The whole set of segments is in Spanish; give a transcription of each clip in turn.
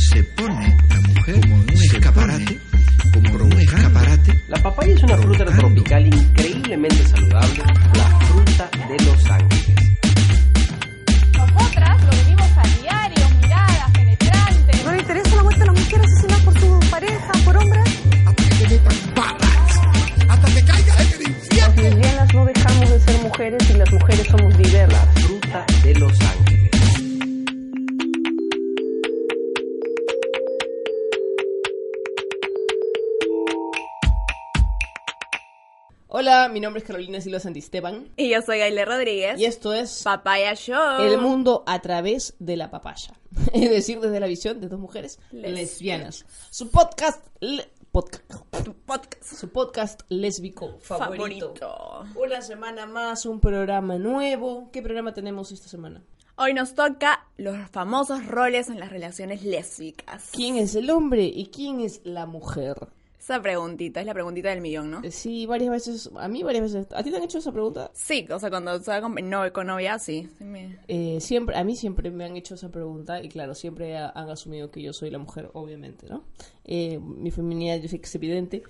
se pone la mujer como un escaparate, como un escaparate. La papaya es una fruta tropical increíblemente saludable, la fruta de Los Ángeles. Nosotras lo vivimos a diario, miradas penetrantes. ¿No le interesa la muerte a la mujer asesinada por su pareja, por hombres? Hasta que te metan balas, hasta que caigas en el infierno. Las lesbianas no dejamos de ser mujeres y las mujeres somos diversas. La fruta de Los Ángeles. Hola, mi nombre es Carolina Silva Santisteban. Y yo soy Aile Rodríguez. Y esto es Papaya Show. El mundo a través de la papaya. Es decir, desde la visión de dos mujeres lesbianas. Su podcast... Su podcast lésbico favorito. Una semana más, un programa nuevo. ¿Qué programa tenemos esta semana? Hoy nos toca los famosos roles en las relaciones lésbicas. ¿Quién es el hombre y quién es la mujer? Esa preguntita, es la preguntita del millón, ¿no? Sí, varias veces. A mí varias veces. ¿A ti te han hecho esa pregunta? Sí, o sea, cuando estaba con novia, sí. Siempre, a mí siempre me han hecho esa pregunta y claro, siempre han asumido que yo soy la mujer, obviamente, ¿no? Mi feminidad yo sé que es evidente.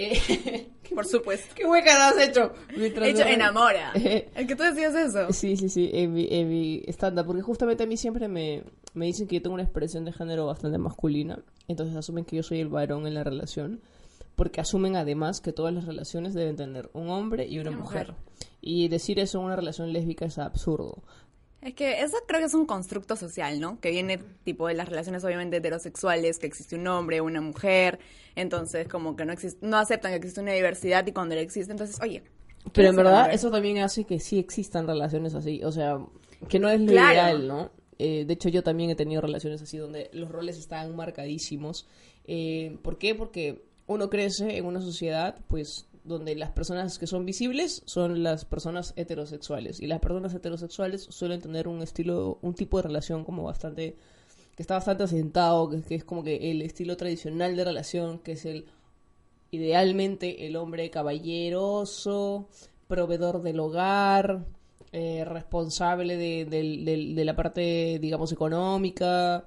Por supuesto. ¿Qué hueca has hecho? Hecho enamora. ¿El que tú decías eso? Sí, en mi stand-up, porque justamente a mí siempre me dicen que yo tengo una expresión de género bastante masculina, entonces asumen que yo soy el varón en la relación. Porque asumen además que todas las relaciones deben tener un hombre y una mujer. Y decir eso en una relación lésbica es absurdo. Es que eso creo que es un constructo social, ¿no? Que viene tipo de las relaciones obviamente heterosexuales, que existe un hombre, una mujer, entonces como que no aceptan que existe una diversidad y cuando la existe, entonces, oye. Pero en verdad eso también hace que sí existan relaciones así, o sea, que no es lo ideal, ¿no? De hecho yo también he tenido relaciones así donde los roles estaban marcadísimos. ¿Por qué? Porque uno crece en una sociedad, pues, donde las personas que son visibles son las personas heterosexuales. Y las personas heterosexuales suelen tener un tipo de relación como bastante, que está bastante asentado, que es como que el estilo tradicional de relación, que es idealmente el hombre caballeroso, proveedor del hogar, responsable de la parte, digamos, económica.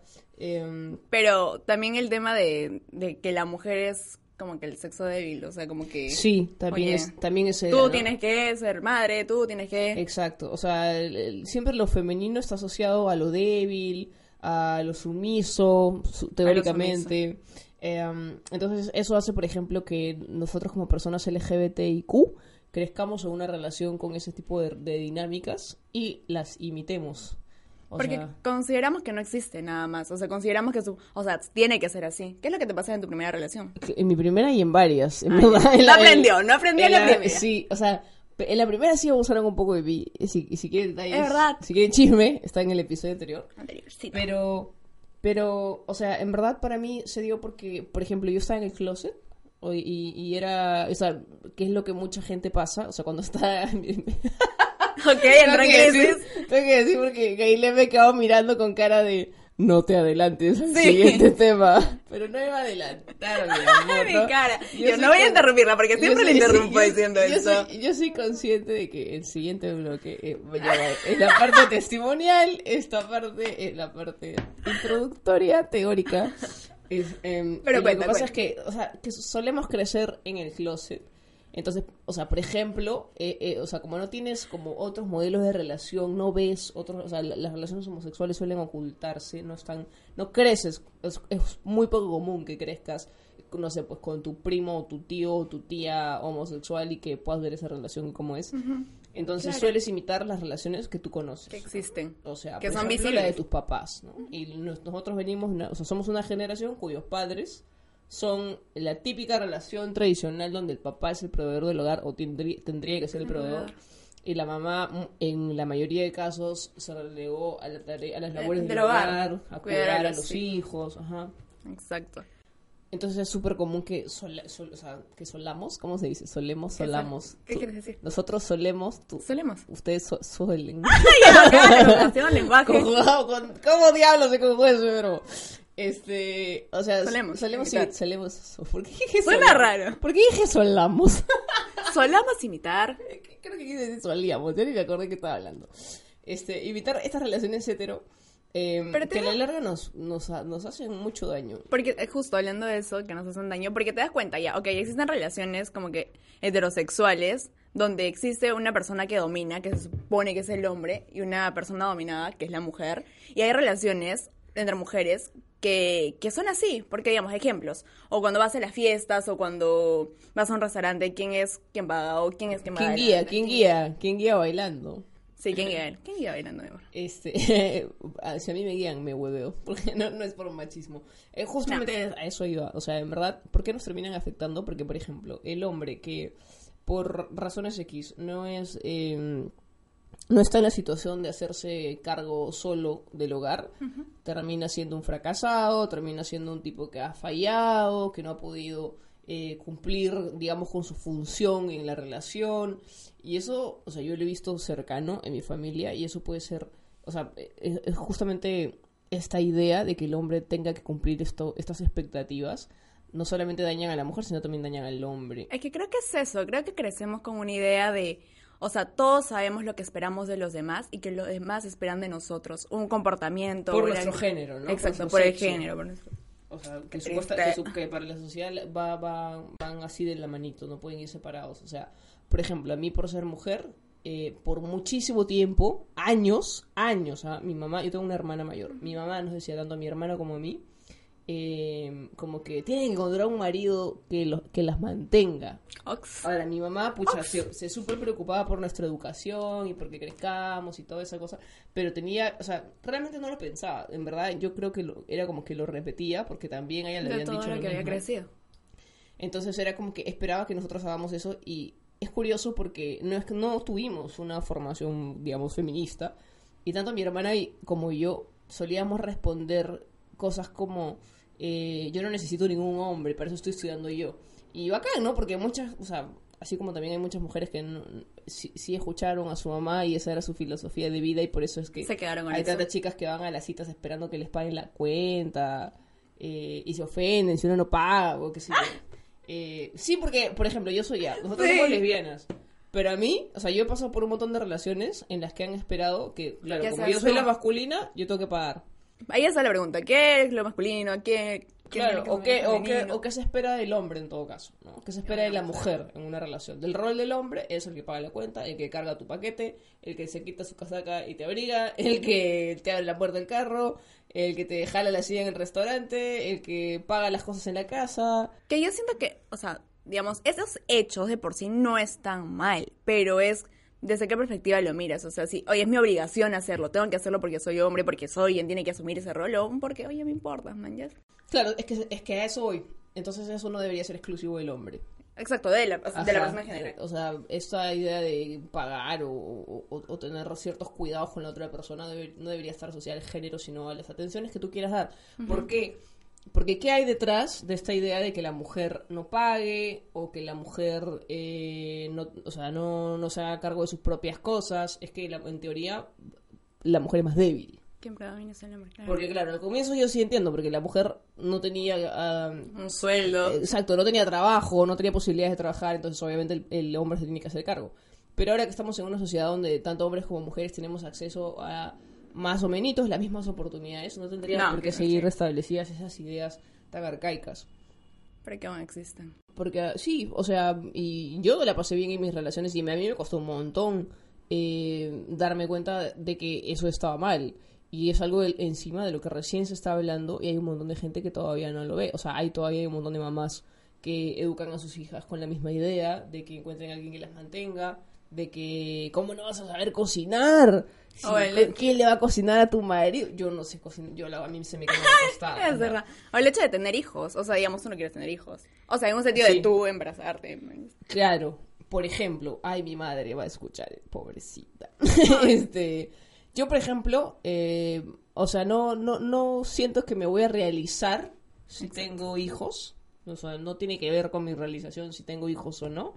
Pero también el tema de que la mujer es como que el sexo débil, o sea, como que... Sí, también es tú, ¿no? Tienes que ser madre, tú tienes que... Exacto, o sea, siempre lo femenino está asociado a lo débil, a lo sumiso, teóricamente. Entonces, eso hace, por ejemplo, que nosotros como personas LGBTIQ crezcamos en una relación con ese tipo de dinámicas y las imitemos. Porque consideramos que no existe nada más. O sea, consideramos que tiene que ser así. ¿Qué es lo que te pasa en tu primera relación? En mi primera y en varias. No aprendió en la primera. Sí, o sea, en la primera sí abusaron un poco de mí. Si quieren detalles, es verdad. Si quieren chisme, está en el episodio anterior. Sí. Pero, o sea, en verdad para mí se dio porque, por ejemplo, yo estaba en el closet y era, o sea, ¿qué es lo que mucha gente pasa? O sea, cuando está... Ok, entra en crisis. Tengo que decir porque Gaile me quedó mirando con cara de no te adelantes al siguiente tema. Pero no iba a adelantar, mi amor, ¿no? Mi cara. Yo no voy a interrumpirla porque siempre le interrumpo diciendo eso. Yo soy consciente de que el siguiente bloque es la parte testimonial, esta parte es la parte introductoria, teórica. Pero lo que pasa es que, o sea, que solemos crecer en el closet. Entonces, o sea, por ejemplo, o sea, como no tienes como otros modelos de relación, no ves otros, o sea, las relaciones homosexuales suelen ocultarse, no creces, es muy poco común que crezcas, no sé, pues con tu primo o tu tío o tu tía homosexual y que puedas ver esa relación como es. Uh-huh. Entonces claro, sueles imitar las relaciones que tú conoces. Que existen. O sea, que por son ejemplo, visibles. La de tus papás, ¿no? Y nosotros venimos, o sea, somos una generación cuyos padres son la típica relación tradicional donde el papá es el proveedor del hogar o tendría que ser el proveedor y la mamá en la mayoría de casos se relegó a las labores del hogar, a cuidar a los hijos. Ajá. Exacto. Entonces es súper común que que solamos, ¿cómo se dice? Solemos. ¿Qué quieres decir? Nosotros solemos. Solemos. Ustedes suelen. Lenguaje. ¿Cómo diablos se conjuga ese verbo? O sea, solemos. ¿Por qué dije suena raro. ¿Por qué dije solamos? Solamos imitar. Creo que quise decir solíamos, ya ni me acordé que estaba hablando. Imitar estas relaciones hetero Pero que a la larga nos hacen mucho daño. Porque justo hablando de eso, que nos hacen daño, porque te das cuenta ya, ok, existen relaciones como que heterosexuales, donde existe una persona que domina, que se supone que es el hombre, y una persona dominada, que es la mujer, y hay relaciones entre mujeres que son así, porque digamos, ejemplos, o cuando vas a las fiestas, o cuando vas a un restaurante, ¿quién es quien paga? O ¿quién es quien va adelante? ¿Quién guía bailando? Sí, ¿quién guía? ¿Quién guía bailando, mi amor? Si a mí me guían, me hueveo, porque no es por machismo. Justamente a eso iba, o sea, en verdad, ¿por qué nos terminan afectando? Porque, por ejemplo, el hombre que por razones X no está en la situación de hacerse cargo solo del hogar, termina siendo un fracasado, termina siendo un tipo que ha fallado, que no ha podido cumplir, digamos, con su función en la relación, y eso, o sea, yo lo he visto cercano en mi familia, y eso puede ser, o sea, es justamente esta idea de que el hombre tenga que cumplir estas expectativas, no solamente dañan a la mujer, sino también dañan al hombre. Es que creo que es eso, creo que crecemos con una idea de, o sea, todos sabemos lo que esperamos de los demás y que los demás esperan de nosotros, un comportamiento. Por nuestro género, ¿no? Exacto, por el género. Por nuestro... O sea, que para la sociedad van así de la manito, no pueden ir separados. O sea, por ejemplo, a mí por ser mujer, por muchísimo tiempo, años, mi mamá, yo tengo una hermana mayor, mi mamá nos decía tanto a mi hermano como a mí, como que tienen que encontrar un marido que las mantenga. Ahora, mi mamá, se súper preocupaba por nuestra educación y porque crezcamos y toda esa cosa, pero tenía, o sea, realmente no lo pensaba, en verdad, yo creo que era como que lo repetía, porque también a ella le habían dicho lo que había mismo. crecido. Entonces era como que esperaba que nosotros hagamos eso, y es curioso porque no tuvimos una formación, digamos, feminista, y tanto mi hermana como yo solíamos responder cosas como yo no necesito ningún hombre, para eso estoy estudiando yo. Y bacán, ¿no? Porque muchas, o sea, así como también hay muchas mujeres que sí escucharon a su mamá y esa era su filosofía de vida, y por eso es que se quedaron con hay eso. tantas chicas que van a las citas esperando que les paguen la cuenta y se ofenden si uno no paga o qué sé yo. Sí, porque, por ejemplo, nosotros somos lesbianas. Pero a mí, o sea, yo he pasado por un montón de relaciones en las que han esperado que, claro, como yo soy la masculina, yo tengo que pagar. Ahí está la pregunta, ¿qué es lo masculino? ¿Qué Claro, o qué se espera del hombre en todo caso, ¿no? ¿Qué se espera de la mujer en una relación? Del rol del hombre es el que paga la cuenta, el que carga tu paquete, el que se quita su casaca y te abriga, el que te abre la puerta del carro, el que te jala la silla en el restaurante, el que paga las cosas en la casa. Que yo siento que, o sea, digamos, esos hechos de por sí no están mal, pero es desde qué perspectiva lo miras. O sea, si, oye, es mi obligación hacerlo, tengo que hacerlo porque soy hombre, porque soy quien tiene que asumir ese rol, o porque, oye, me importa, man, ya. Claro, es que a eso voy. Entonces eso no debería ser exclusivo del hombre. Exacto, de la persona en general. O sea, esta idea de pagar o tener ciertos cuidados con la otra persona no debería estar asociada al género, sino a las atenciones que tú quieras dar. ¿Por qué? Porque ¿qué hay detrás de esta idea de que la mujer no pague o que la mujer no se haga cargo de sus propias cosas? Es que en teoría la mujer es más débil. ¿Quién predomina es el hombre? Claro. Porque claro, al comienzo yo sí entiendo, porque la mujer no tenía un sueldo. Exacto, no tenía trabajo, no tenía posibilidades de trabajar, entonces obviamente el hombre se tiene que hacer cargo. Pero ahora que estamos en una sociedad donde tanto hombres como mujeres tenemos acceso a más o menos las mismas oportunidades, no tendrían por qué seguir restablecidas esas ideas tan arcaicas. ¿Pero qué aún existen? Porque sí, o sea, y yo la pasé bien en mis relaciones y a mí me costó un montón darme cuenta de que eso estaba mal. Y es algo encima de lo que recién se está hablando, y hay un montón de gente que todavía no lo ve. O sea, todavía hay un montón de mamás que educan a sus hijas con la misma idea de que encuentren a alguien que las mantenga, de que ¿cómo no vas a saber cocinar? ¿Quién le va a cocinar a tu marido? Yo no sé cocinar, a mí se me queda acostada. Es verdad. O el hecho de tener hijos, o sea, digamos, tú no quieres tener hijos. O sea, en un sentido de tú embarazarte. Claro, por ejemplo, mi madre va a escuchar, pobrecita. Yo, por ejemplo, o sea, no siento que me voy a realizar si tengo hijos. O sea, no tiene que ver con mi realización si tengo hijos o no.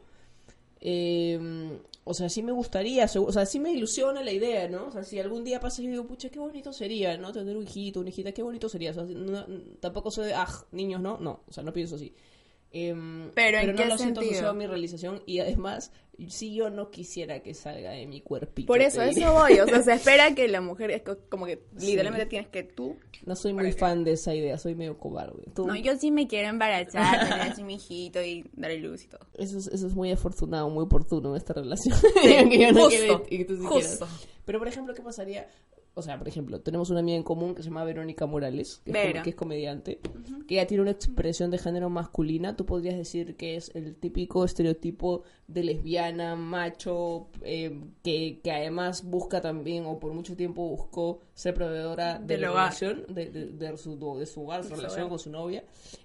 O sea, sí me gustaría, o sea, sí me ilusiona la idea, ¿no? O sea, si algún día pasa y digo, pucha, qué bonito sería, ¿no? Tener un hijito, una hijita, qué bonito sería. O sea, tampoco soy de, niños, ¿no? No, o sea, no pienso así. Pero ¿en no qué lo siento sentido? asociado a mi realización, y además, si yo no quisiera que salga de mi cuerpito. Por eso, te eso diría. voy. O sea, se espera que la mujer es como que literalmente tienes que tú... No soy muy fan de esa idea, soy medio cobarde. ¿Tú? No, yo sí me quiero embarazar, tener así mi hijito y darle luz y todo. Eso es muy afortunado, muy oportuno en esta relación. Sí, Que yo no justo, quiero y que tú sí justo. quieras. Pero, por ejemplo, ¿qué pasaría? O sea, por ejemplo, tenemos una amiga en común que se llama Verónica Morales, Vera. que es comediante, que ella tiene una expresión de género masculina. Tú podrías decir que es el típico estereotipo de lesbiana, macho, que además busca también, o por mucho tiempo buscó ser proveedora de Del la hogar. relación, de su hogar, su De su relación hogar. con su novia.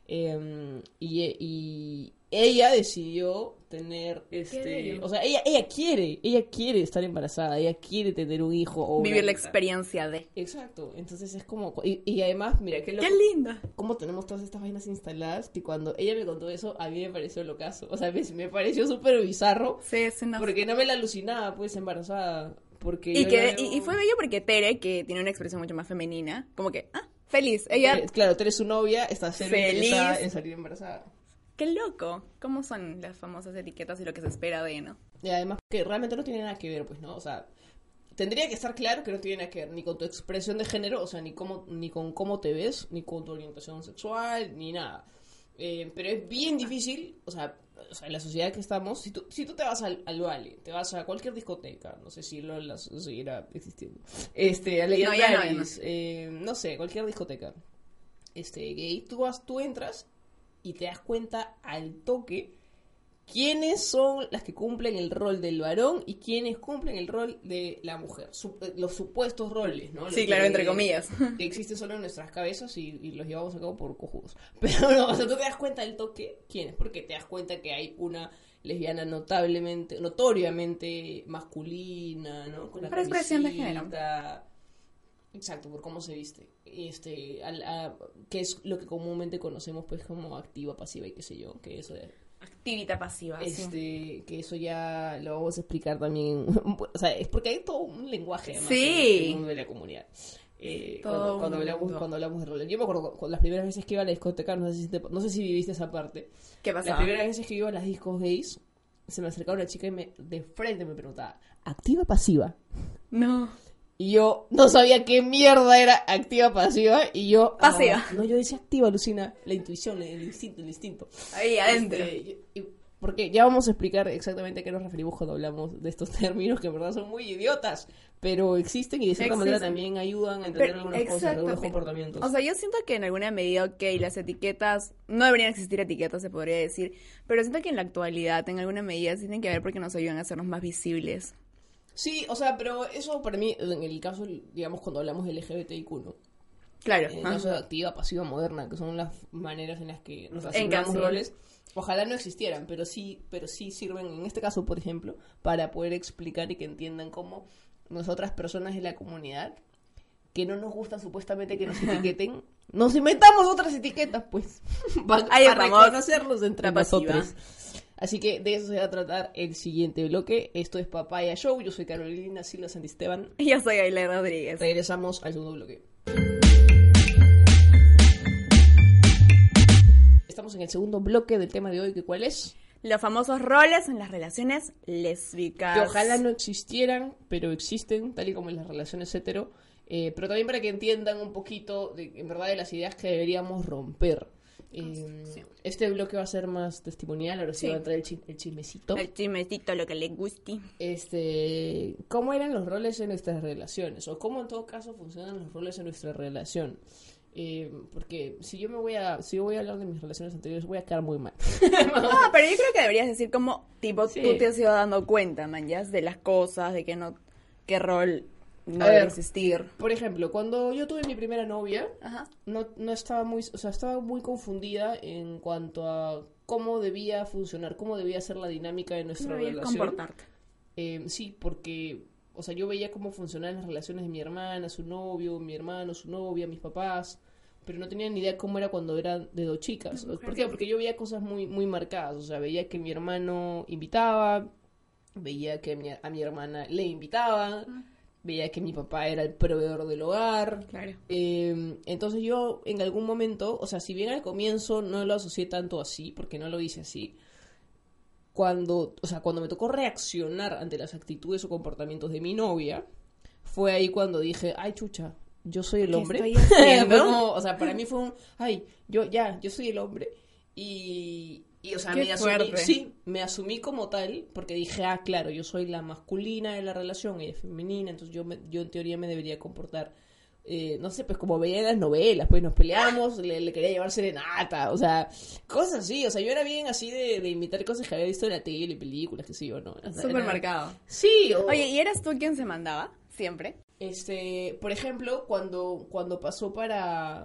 Y ella decidió tener bello. o sea, ella quiere estar embarazada, ella quiere tener un hijo o Vivir una la hija. experiencia de... Exacto, entonces es como, y además, mira, qué loco, ¡Qué linda! cómo tenemos todas estas vainas instaladas, que cuando ella me contó eso, a mí me pareció locazo, o sea, me pareció súper bizarro, Sí, es una... porque no me la alucinaba, pues, embarazada, porque Y, yo que, la veo- y fue bello porque Tere, que tiene una expresión mucho más femenina, como que, feliz. Ella, Claro, tú eres su novia, está cero Feliz. interesada en salir embarazada. qué loco. ¿Cómo son las famosas etiquetas y lo que se espera de, no? Y además que realmente no tiene nada que ver, pues, ¿no? O sea, tendría que estar claro que no tiene nada que ver ni con tu expresión de género, o sea, ni con cómo te ves, ni con tu orientación sexual, ni nada. Pero es bien difícil, o sea, en la sociedad que estamos, si tú te vas al Vale, te vas a cualquier discoteca, no sé si lo seguirá existiendo, a Legendaris, no sé, cualquier discoteca, gay, tú entras y te das cuenta al toque quiénes son las que cumplen el rol del varón y quiénes cumplen el rol de la mujer. Los supuestos roles, ¿no? Sí, Los claro, que- entre comillas. Que existen solo en nuestras cabezas y los llevamos a cabo por cojudos. Pero no, o sea, tú te das cuenta del toque quiénes, porque te das cuenta que hay una lesbiana notoriamente masculina, ¿no? Con la Por expresión de género. camisita. Exacto, por cómo se viste. Que es lo que comúnmente conocemos pues como activa, pasiva y qué sé yo, que eso Activita pasiva, sí. que eso ya lo vamos a explicar también. O sea, es porque hay todo un lenguaje además, Sí. en el mundo de la comunidad. Todo Cuando un hablamos, mundo. cuando hablamos de roles. Yo me acuerdo con las primeras veces que iba a la discoteca, no sé si viviste esa parte. ¿Qué Las pasaba? primeras veces que iba a las discos gays, se me acercaba una chica y de frente me preguntaba, ¿activa pasiva? No. Y yo no sabía qué mierda era activa pasiva y yo... Pasiva. No, yo decía activa, alucina, la intuición, el instinto. Ahí adentro. Porque ya vamos a explicar exactamente a qué nos referimos cuando hablamos de estos términos que en verdad son muy idiotas, pero existen y de cierta manera también ayudan a entender Pero, algunas cosas, algunos exacto. comportamientos. O sea, yo siento que en alguna medida, ok, las etiquetas, no deberían existir etiquetas, se podría decir, pero siento que en la actualidad, en alguna medida, sí tienen que ver porque nos ayudan a hacernos más visibles. Sí, o sea, pero eso para mí, en el caso, digamos, cuando hablamos de LGBTIQ, ¿no? Claro. En el caso de activa, pasiva, moderna, que son las maneras en las que nos En asignamos canción. roles, ojalá no existieran, pero sí sirven, en este caso, por ejemplo, para poder explicar y que entiendan cómo nosotras personas de la comunidad, que no nos gusta supuestamente que nos etiqueten, nos inventamos otras etiquetas, pues, Ahí para estamos. reconocerlos entre La pasiva. nosotros. Así que de eso se va a tratar el siguiente bloque. Esto es Papaya Show, yo soy Carolina Silva Santisteban. Yo soy Aile Rodríguez. Regresamos al segundo bloque. Estamos en el segundo bloque del tema de hoy, que ¿cuál es? Los famosos roles en las relaciones lésbicas. Que ojalá no existieran, pero existen, tal y como en las relaciones hetero. Pero también para que entiendan un poquito, en verdad, de las ideas que deberíamos romper. Este bloque va a ser más testimonial, ahora sí Sí. va a entrar el chismecito. El chismecito, lo que les guste. ¿Cómo eran los roles en nuestras relaciones? O cómo en todo caso funcionan los roles en nuestra relación. Porque si yo voy a hablar de mis relaciones anteriores, voy a quedar muy mal. No, pero yo creo que deberías decir como, tipo, Sí. tú te has ido dando cuenta, man, ya, de las cosas, de que no, qué rol no A ver. debe existir. Por ejemplo, cuando yo tuve mi primera novia, Ajá. no estaba muy, o sea, estaba muy confundida en cuanto a cómo debía funcionar, cómo debía ser la dinámica de nuestra No debías relación. comportarte. Sí, porque, o sea, yo veía cómo funcionaban las relaciones de mi hermana, su novio, mi hermano, su novia, mis papás, pero no tenía ni idea cómo era cuando eran de dos chicas. ¿Por qué? Porque yo veía cosas muy, muy marcadas, o sea, veía que mi hermano invitaba, veía que a mi hermana le invitaba, veía que mi papá era el proveedor del hogar. Claro. Entonces yo en algún momento, o sea, si bien al comienzo no lo asocié tanto así, porque no lo hice así, cuando me tocó reaccionar ante las actitudes o comportamientos de mi novia, fue ahí cuando dije, ay, chucha, yo soy el hombre. ¿Qué estoy haciendo? Fue como, o sea, para mí fue un, ay, yo soy el hombre. Y o sea, me asumí como tal, porque dije, claro, yo soy la masculina de la relación, ella es femenina, entonces yo en teoría me debería comportar, no sé, pues como veía en las novelas, pues nos peleamos, le quería llevar serenata, o sea, cosas así, o sea, yo era bien así de imitar cosas que había visto en la tele, películas, qué sé yo, ¿no? Súper marcado. Sí. Oye, ¿y eras tú quien se mandaba? Siempre. Por ejemplo, cuando pasó para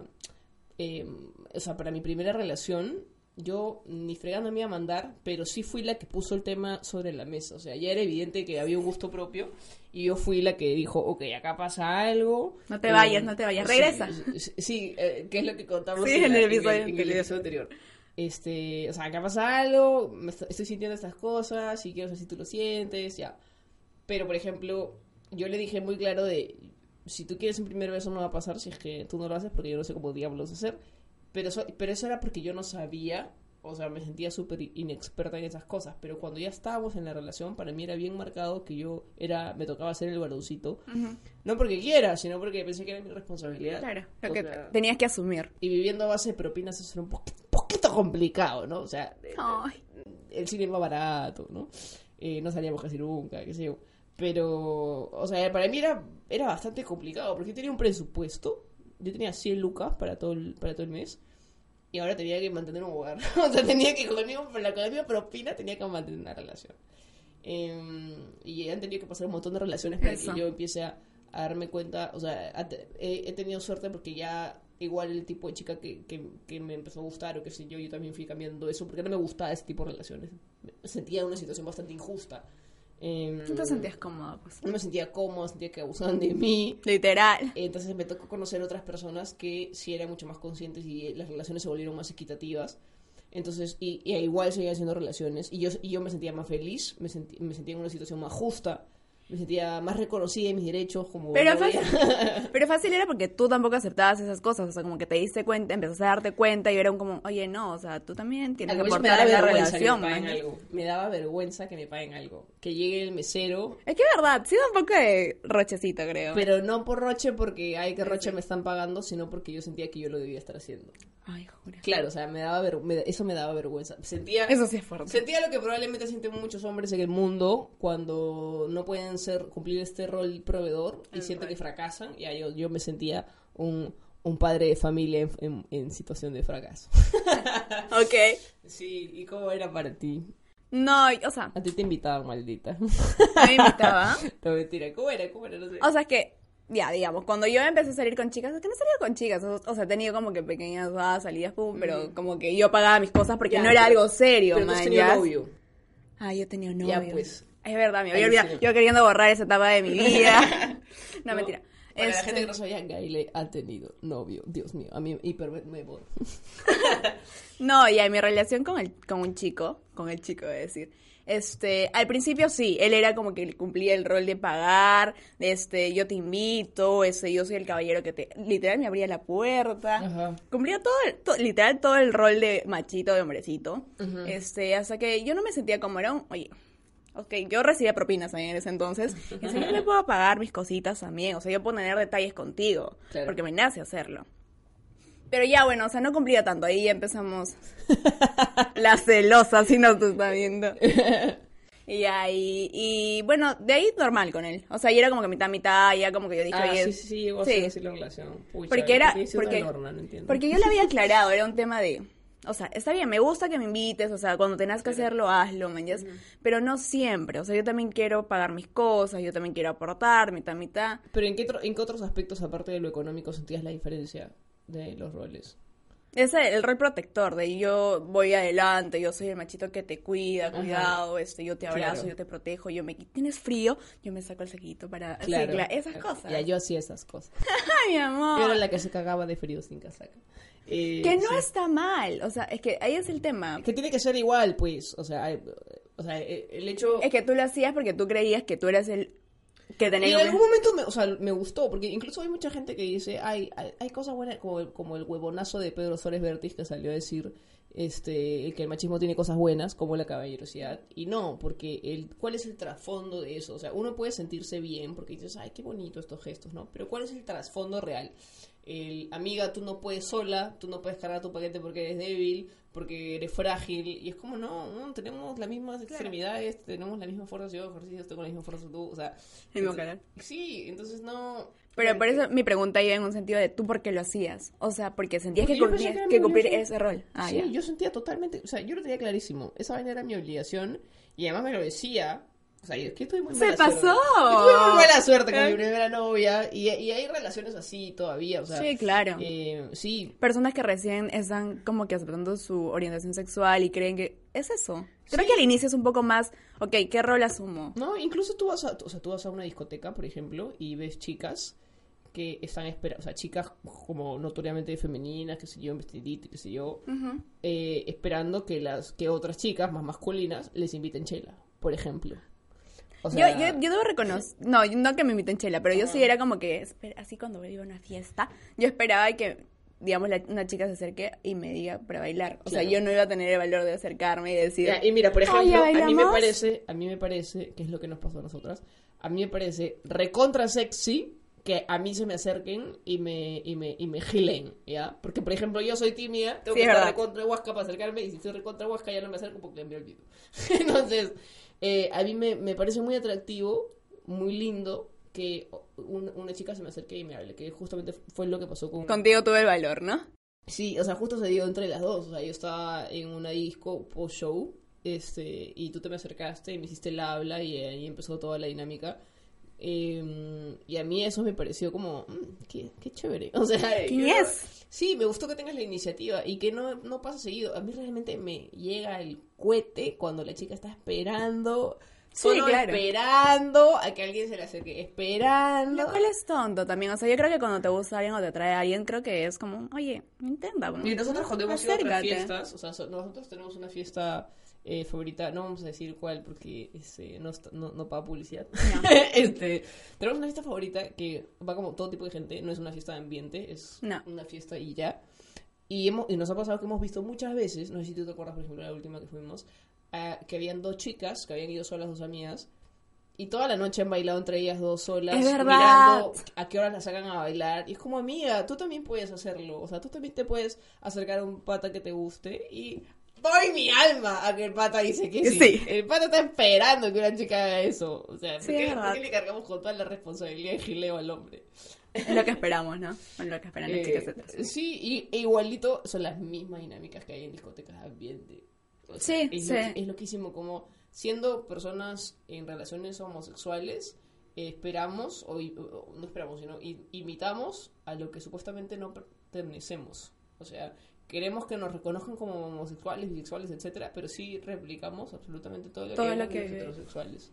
mi primera relación, yo ni fregando me iba a mandar, pero sí fui la que puso el tema sobre la mesa. O sea, ya era evidente que había un gusto propio y yo fui la que dijo, ok, acá pasa algo. No te vayas, regresa. Sí, que es lo que contamos en el episodio anterior. O sea, acá pasa algo, estoy sintiendo estas cosas y quiero saber si tú lo sientes, ya. Pero, por ejemplo, yo le dije muy claro si tú quieres un primer beso no va a pasar si es que tú no lo haces porque yo no sé cómo diablos hacer. Pero eso era porque yo no sabía, o sea, me sentía súper inexperta en esas cosas. Pero cuando ya estábamos en la relación, para mí era bien marcado que me tocaba ser el varoncito. Uh-huh. No porque quiera, sino porque pensé que era mi responsabilidad. Claro, lo que tenías que asumir. Y viviendo a base de propinas eso era un poquito complicado, ¿no? O sea, el cine más barato, ¿no? No salíamos casi nunca, qué sé yo. Pero, o sea, para mí era bastante complicado, porque yo tenía un presupuesto. Yo tenía 100 lucas para todo el mes. Y ahora tenía que mantener un hogar. O sea, tenía que con la misma propina tenía que mantener una relación. Y han tenido que pasar un montón de relaciones para que yo empiece a darme cuenta. O sea, he tenido suerte porque ya igual el tipo de chica que me empezó a gustar o qué sé yo también fui cambiando eso porque no me gustaba ese tipo de relaciones. Me sentía una situación bastante injusta. ¿Tú te sentías cómoda? Pues? No me sentía cómoda, sentía que abusaban de mí. Literal. Entonces me tocó conocer otras personas que sí eran mucho más conscientes y las relaciones se volvieron más equitativas. Entonces, y igual seguían siendo relaciones. Y yo me sentía más feliz, me sentía en una situación más justa. Me sentía más reconocida en mis derechos como pero fácil era porque tú tampoco aceptabas esas cosas, o sea, como que te diste cuenta, empezaste a darte cuenta y era como, oye, no, o sea, tú también tienes que aportar a la relación. Me daba vergüenza que me paguen algo, que llegue el mesero. Es que es verdad, sí da un poco de rochecito, creo. Pero no por roche porque, ay, que roche me están pagando, sino porque yo sentía que yo lo debía estar haciendo. Ay, jura. Claro, o sea, eso me daba vergüenza. Eso sí es fuerte. Sentía lo que probablemente sienten muchos hombres en el mundo cuando no pueden cumplir este rol proveedor y sienten que fracasan. Ya yo me sentía un padre de familia en situación de fracaso. Ok. Sí, ¿y cómo era para ti? No, o sea... A ti te invitaban, maldita. ¿Me invitaba? No, mentira. ¿Cómo era? No sé. O sea, es que... Ya, digamos, cuando yo empecé a salir con chicas, es que no salía con chicas, o sea, he tenido como que pequeñas salidas, pero como que yo pagaba mis cosas porque no era algo serio, pero man. Pero tú tenías novio. Yo tenía novio. Ya, pues. Es verdad, me había olvidado. Yo queriendo borrar esa etapa de mi vida. No, mentira. Para la gente que no sabía, Gayle ha tenido novio. Dios mío, a mí me borro. No, ya, mi relación con el chico, voy a decir... al principio sí, él era como que cumplía el rol de pagar, yo te invito, yo soy el caballero que literal me abría la puerta. Ajá. Cumplía literal todo el rol de machito, de hombrecito. Uh-huh. Hasta que yo no me sentía como oye, okay, yo recibía propinas también en ese entonces, y yo le puedo pagar mis cositas también, o sea, yo puedo tener detalles contigo, claro, porque me nace hacerlo. Pero ya, bueno, o sea, no cumplía tanto. Ahí ya empezamos la celosa, si no te está viendo. Y bueno, de ahí normal con él. O sea, y era como que mitad, ya como que yo dije... oye, sí, llegó a ser así la relación. Pucha, porque yo le había aclarado, era un tema de... O sea, está bien, me gusta que me invites, o sea, cuando tengas que hacerlo, hazlo, man, uh-huh, pero no siempre. O sea, yo también quiero pagar mis cosas, yo también quiero aportar, mitad. Pero ¿en qué otros aspectos, aparte de lo económico, sentías la diferencia de los roles? Es el rol protector, de yo voy adelante, yo soy el machito que te cuida, cuidado, yo te abrazo, claro, yo te protejo, ¿tienes frío? Yo me saco el saquito para... Claro, sí, esas cosas. Ya, yo hacía esas cosas. Ay, mi amor. Yo era la que se cagaba de frío sin casaca. Que no está mal, o sea, es que ahí es el tema. Que tiene que ser igual, pues, o sea, el hecho... Es que tú lo hacías porque tú creías que tú eras el Que Y tenía en que... algún momento me gustó, porque incluso hay mucha gente que dice, hay cosas buenas, como el huevonazo de Pedro Suárez Vértiz que salió a decir que el machismo tiene cosas buenas, como la caballerosidad, y no, porque ¿cuál es el trasfondo de eso? O sea, uno puede sentirse bien porque dices, ay, qué bonito estos gestos, ¿no? Pero ¿cuál es el trasfondo real? Amiga, tú no puedes sola, tú no puedes cargar tu paquete porque eres débil, porque eres frágil, y es como, no, tenemos las mismas extremidades, tenemos la misma fuerza, yo estoy con la misma fuerza tú, o sea... El mismo carácter. Sí, entonces no... Pero por eso mi pregunta iba en un sentido de tú por qué lo hacías. O sea, porque sentías Porque que yo pensé tenías era que mi cumplir obligación. ese rol. Ah, Sí, ya. yo sentía totalmente, o sea, yo lo tenía clarísimo, esa vaina era mi obligación, y además me lo decía, o sea, es que estoy muy ¡Se mala pasó! suerte. Yo tuve muy mala suerte con mi primera novia, y hay relaciones así todavía, o sea... Sí, claro. Sí. Personas que recién están como que aceptando su orientación sexual y creen que es eso. Creo Sí. que al inicio es un poco más, ok, ¿qué rol asumo? No, incluso tú vas a una discoteca, por ejemplo, y ves chicas que están esperando, o sea, chicas como notoriamente femeninas, qué sé yo, en vestidito, qué sé yo, esperando que otras chicas más masculinas les inviten chela, por ejemplo. O sea, Yo debo reconocer, no que me inviten chela, pero yo sí era como que, así cuando iba a una fiesta, yo esperaba que, digamos, una chica se acerque y me diga para bailar. O sea, Claro. yo no iba a tener el valor de acercarme y decir... Ya, y mira, por "Oye, ejemplo, a mí me ¿bailamos?". parece, que es lo que nos pasó a nosotras, a mí me parece recontra sexy que a mí se me acerquen y me gilen, ¿ya? Porque, por ejemplo, yo soy tímida, tengo Sí, que es estar verdad. recontra huasca para acercarme, y si estoy recontra huasca ya no me acerco porque me olvido. Entonces, a mí me parece muy atractivo, muy lindo, que una chica se me acerque y me hable, que justamente fue lo que pasó con... Contigo tuve el valor, ¿no? Sí, o sea, justo se dio entre las dos. O sea, yo estaba en una disco post-show, y tú te me acercaste y me hiciste el habla y ahí empezó toda la dinámica. Y a mí eso me pareció como, qué chévere. O sea, ¿Quién yo- es? Sí, me gustó que tengas la iniciativa y que no pasa seguido. A mí realmente me llega el cohete cuando la chica está esperando. Solo claro. esperando a que alguien se le acerque. Esperando. Lo cual es tonto también. O sea, yo creo que cuando te gusta alguien o te atrae a alguien, creo que es como, oye, intenta. ¿no? Y nosotros cuando hemos ido a otras Acércate. fiestas, o sea, nosotros tenemos una fiesta favorita, no vamos a decir cuál porque no paga publicidad. No. Tenemos una fiesta favorita que va como todo tipo de gente, no es una fiesta de ambiente, es No. una fiesta y ya. Y nos ha pasado que hemos visto muchas veces, no sé si tú te acuerdas, por ejemplo, la última que fuimos, que habían dos chicas que habían ido solas, dos amigas, y toda la noche han bailado entre ellas dos solas, Es verdad. mirando a qué horas las sacan a bailar. Y es como, amiga, tú también puedes hacerlo. O sea, tú también te puedes acercar a un pata que te guste y doy mi alma a que el pata dice que sí. Sí. El pata está esperando que una chica haga eso. O sea, Sí, ¿por es qué verdad. le cargamos con toda la responsabilidad de gileo al hombre? Es lo que esperamos, ¿no? Es lo que esperan las chicas heteros. Sí, e igualito son las mismas dinámicas que hay en discotecas de ambiente. O sea, Sí, es sí. Es loquísimo como siendo personas en relaciones homosexuales esperamos, o no esperamos, sino imitamos a lo que supuestamente no pertenecemos. O sea, queremos que nos reconozcan como homosexuales, bisexuales, etcétera, pero sí replicamos absolutamente todo lo Todo que lo vemos que- de los heterosexuales.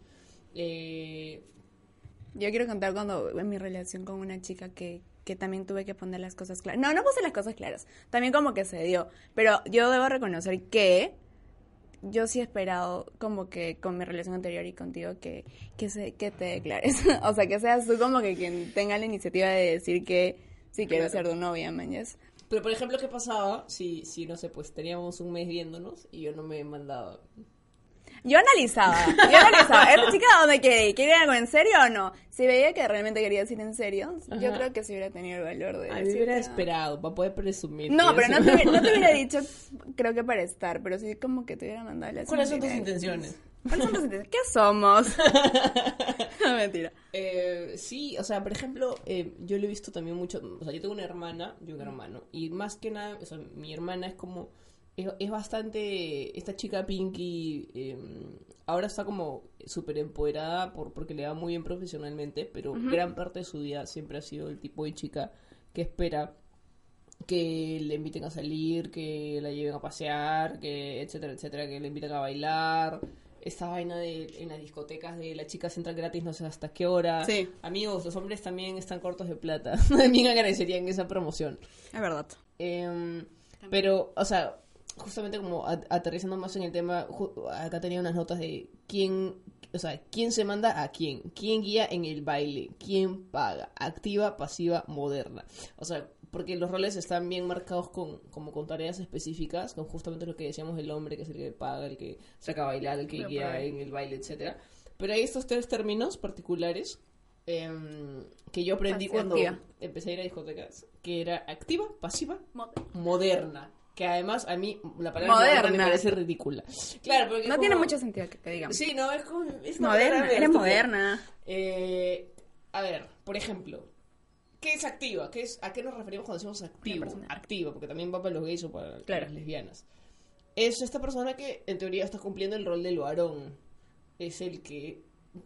Yo quiero contar cuando en mi relación con una chica que también tuve que poner las cosas claras. No puse las cosas claras. También como que se dio. Pero yo debo reconocer que yo sí he esperado como que con mi relación anterior y contigo que te declares. O sea, que seas tú como que quien tenga la iniciativa de decir que sí quiero Claro. ser tu novia, mañas. Pero, por ejemplo, ¿qué pasaba si no sé, pues teníamos un mes viéndonos y yo no me mandaba? Yo analizaba. ¿Esta chica dónde quiere ir? ¿Quiere ir algo en serio o no? Si veía que realmente quería decir en serio, yo Ajá. creo que sí hubiera tenido el valor de A mí me decirte, hubiera ¿no? esperado para poder presumir. No, que pero eso- no te hubiera dicho, creo que para estar, pero sí como que te hubiera mandado las ¿Cuáles son tus indirectas. intenciones? ¿Cuáles son tus intenciones? ¿Qué somos? No, mentira. Sí, o sea, por ejemplo, yo lo he visto también mucho. O sea, yo tengo una hermana y un hermano. Y más que nada, o sea, mi hermana es como. Es bastante. Esta chica Pinky. Ahora está como súper empoderada porque le va muy bien profesionalmente. Pero gran parte de su vida siempre ha sido el tipo de chica que espera que le inviten a salir, que la lleven a pasear, que etcétera, etcétera, que le inviten a bailar. Esta vaina en las discotecas de las chicas entran gratis no sé hasta qué hora. Sí. Amigos, los hombres también están cortos de plata. También agradecerían esa promoción. Es verdad. Pero, o sea, justamente como aterrizando más en el tema, acá tenía unas notas de o sea, ¿quién se manda a quién? ¿Quién guía en el baile? ¿Quién paga? Activa, pasiva, moderna. O sea, porque los roles están bien marcados como con tareas específicas, con justamente lo que decíamos del hombre, que es el que paga, el que saca a bailar, el que guía en el baile, etcétera. Pero hay estos 3 términos particulares que yo aprendí cuando empecé a ir a discotecas, que era activa, pasiva, moderna. Que además a mí la palabra moderna me parece ridícula. Claro, porque no tiene mucho sentido que digamos. Sí, no, es como... Es moderna, eres moderna. A ver, por ejemplo, ¿qué es activa? ¿A qué nos referimos cuando decimos activo? Activa, porque también va para los gays o para las lesbianas. Es esta persona que en teoría está cumpliendo el rol del varón. Es el que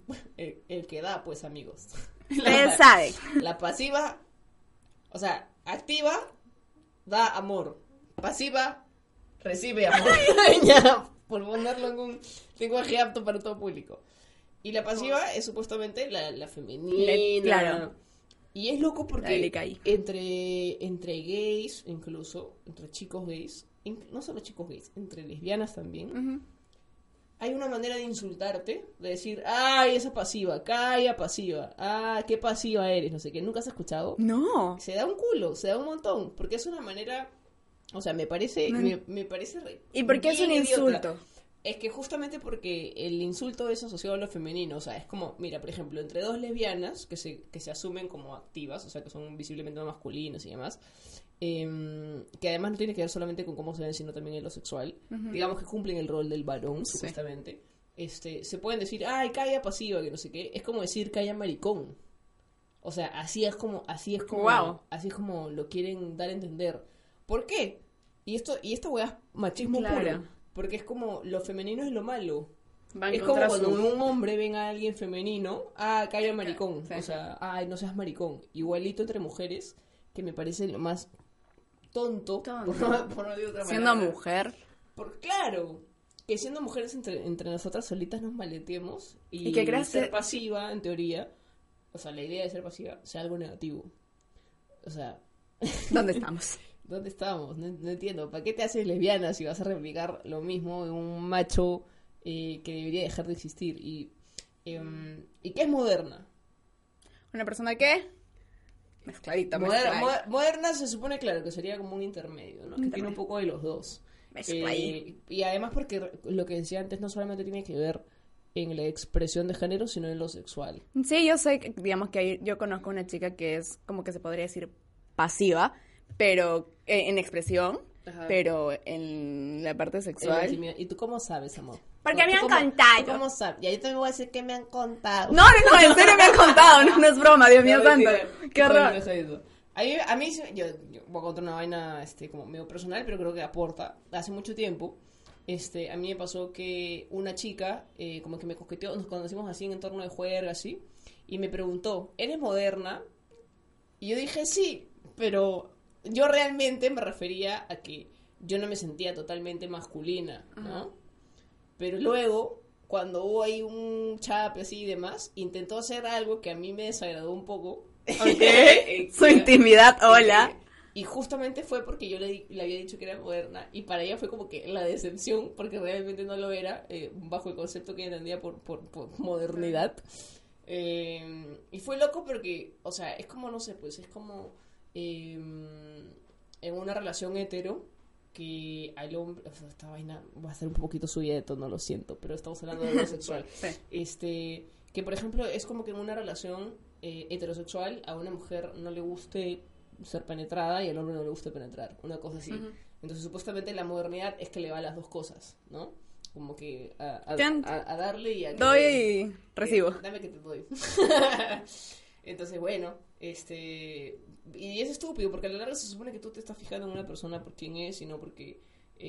da, pues, amigos. Ustedes saben. La pasiva, o sea, activa, da amor. Pasiva, recibe amor. Ya, por ponerlo en un lenguaje apto para todo público. Y la pasiva es supuestamente la femenina. Claro. Y es loco porque entre gays, incluso, entre chicos gays, no solo chicos gays, entre lesbianas también, hay una manera de insultarte, de decir, ay, esa pasiva, calla pasiva, qué pasiva eres, no sé qué, ¿nunca has escuchado? No. Se da un culo, se da un montón, porque es una manera, o sea, me parece ¿Y por qué es un insulto? Idiota. Es que justamente porque el insulto es asociado a lo femenino, o sea, es como, mira, por ejemplo, entre 2 lesbianas que se asumen como activas, o sea, que son visiblemente masculinas y demás, que además no tiene que ver solamente con cómo se ven, sino también en lo sexual, digamos que cumplen el rol del varón, supuestamente, se pueden decir, ay, calla pasiva, que no sé qué, es como decir calla maricón, o sea, así es como lo quieren dar a entender. ¿Por qué? Y esta weá es machismo puro, porque es como lo femenino es lo malo. Es como cuando un hombre ven a alguien femenino, calla maricón, o sea, ay, no seas maricón. Igualito entre mujeres, que me parece lo más tonto. Por no decir otra siendo manera. mujer. Claro, que siendo mujeres entre nosotras solitas nos maleteemos y que creas ser pasiva, en teoría, o sea, la idea de ser pasiva sea algo negativo. O sea... ¿Dónde estamos? ¿Dónde estamos? No entiendo. ¿Para qué te haces lesbiana si vas a replicar lo mismo de un macho que debería dejar de existir? ¿Y qué es moderna? ¿Una persona qué? Mezcladita. Moderna se supone, claro, que sería como un intermedio, ¿no? Que tiene un poco de los dos. Y además porque lo que decía antes no solamente tiene que ver en la expresión de género, sino en lo sexual. Sí, yo sé, digamos que yo conozco una chica que es como que se podría decir pasiva, pero en expresión, pero en la parte sexual. ¿Y tú cómo sabes, amor? Porque me han contado. ¿Cómo sabes? Ya yo también voy a decir que me han contado. No, en serio me han contado, no es broma, Dios mío santo. Qué horror. A mí yo voy a contar una vaina como medio personal, pero creo que aporta. Hace mucho tiempo, a mí me pasó que una chica, como que me coqueteó, nos conocimos así en entorno de juerga, así, y me preguntó, ¿eres moderna? Y yo dije, sí, pero yo realmente me refería a que yo no me sentía totalmente masculina, ¿no? Pero luego, cuando hubo ahí un chape así y demás, intentó hacer algo que a mí me desagradó un poco. Okay. Su intimidad, hola. Y justamente fue porque yo le había dicho que era moderna, y para ella fue como que la decepción, porque realmente no lo era, bajo el concepto que entendía por modernidad. Y fue loco porque, o sea, es como, no sé, pues es como en una relación hetero que al hombre, o sea, esta vaina va a ser un poquito subida de tono, lo siento, pero estamos hablando de lo sexual. Que por ejemplo es como que en una relación heterosexual a una mujer no le guste ser penetrada y al hombre no le guste penetrar, una cosa así. Entonces supuestamente la modernidad es que le va a las dos cosas, ¿no? Como que a darle y a que doy y recibo. Dame que te doy. Entonces, bueno, y es estúpido, porque a la larga se supone que tú te estás fijando en una persona por quién es y no porque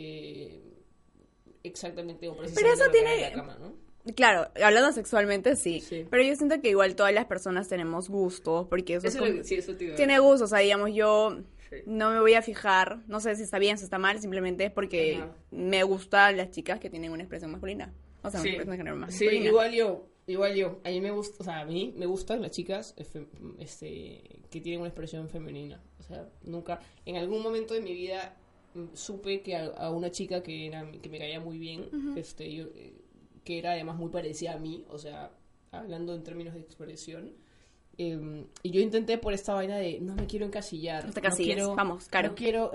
exactamente o precisamente pero eso tiene en la cama, ¿no? Claro, hablando sexualmente sí, pero yo siento que igual todas las personas tenemos gustos, porque eso tiene gustos, o sea, digamos, yo no me voy a fijar, no sé si está bien, si está mal, simplemente es porque me gustan las chicas que tienen una expresión masculina, o sea, una expresión de género masculina. Sí, igual yo, a mí me gusta, o sea, a mí me gustan las chicas que tienen una expresión femenina, o sea, nunca, en algún momento de mi vida supe que a una chica que me caía muy bien, que era además muy parecida a mí, o sea, hablando en términos de expresión. Y yo intenté por esta vaina de no me quiero encasillar. No te casilles, vamos, claro. No quiero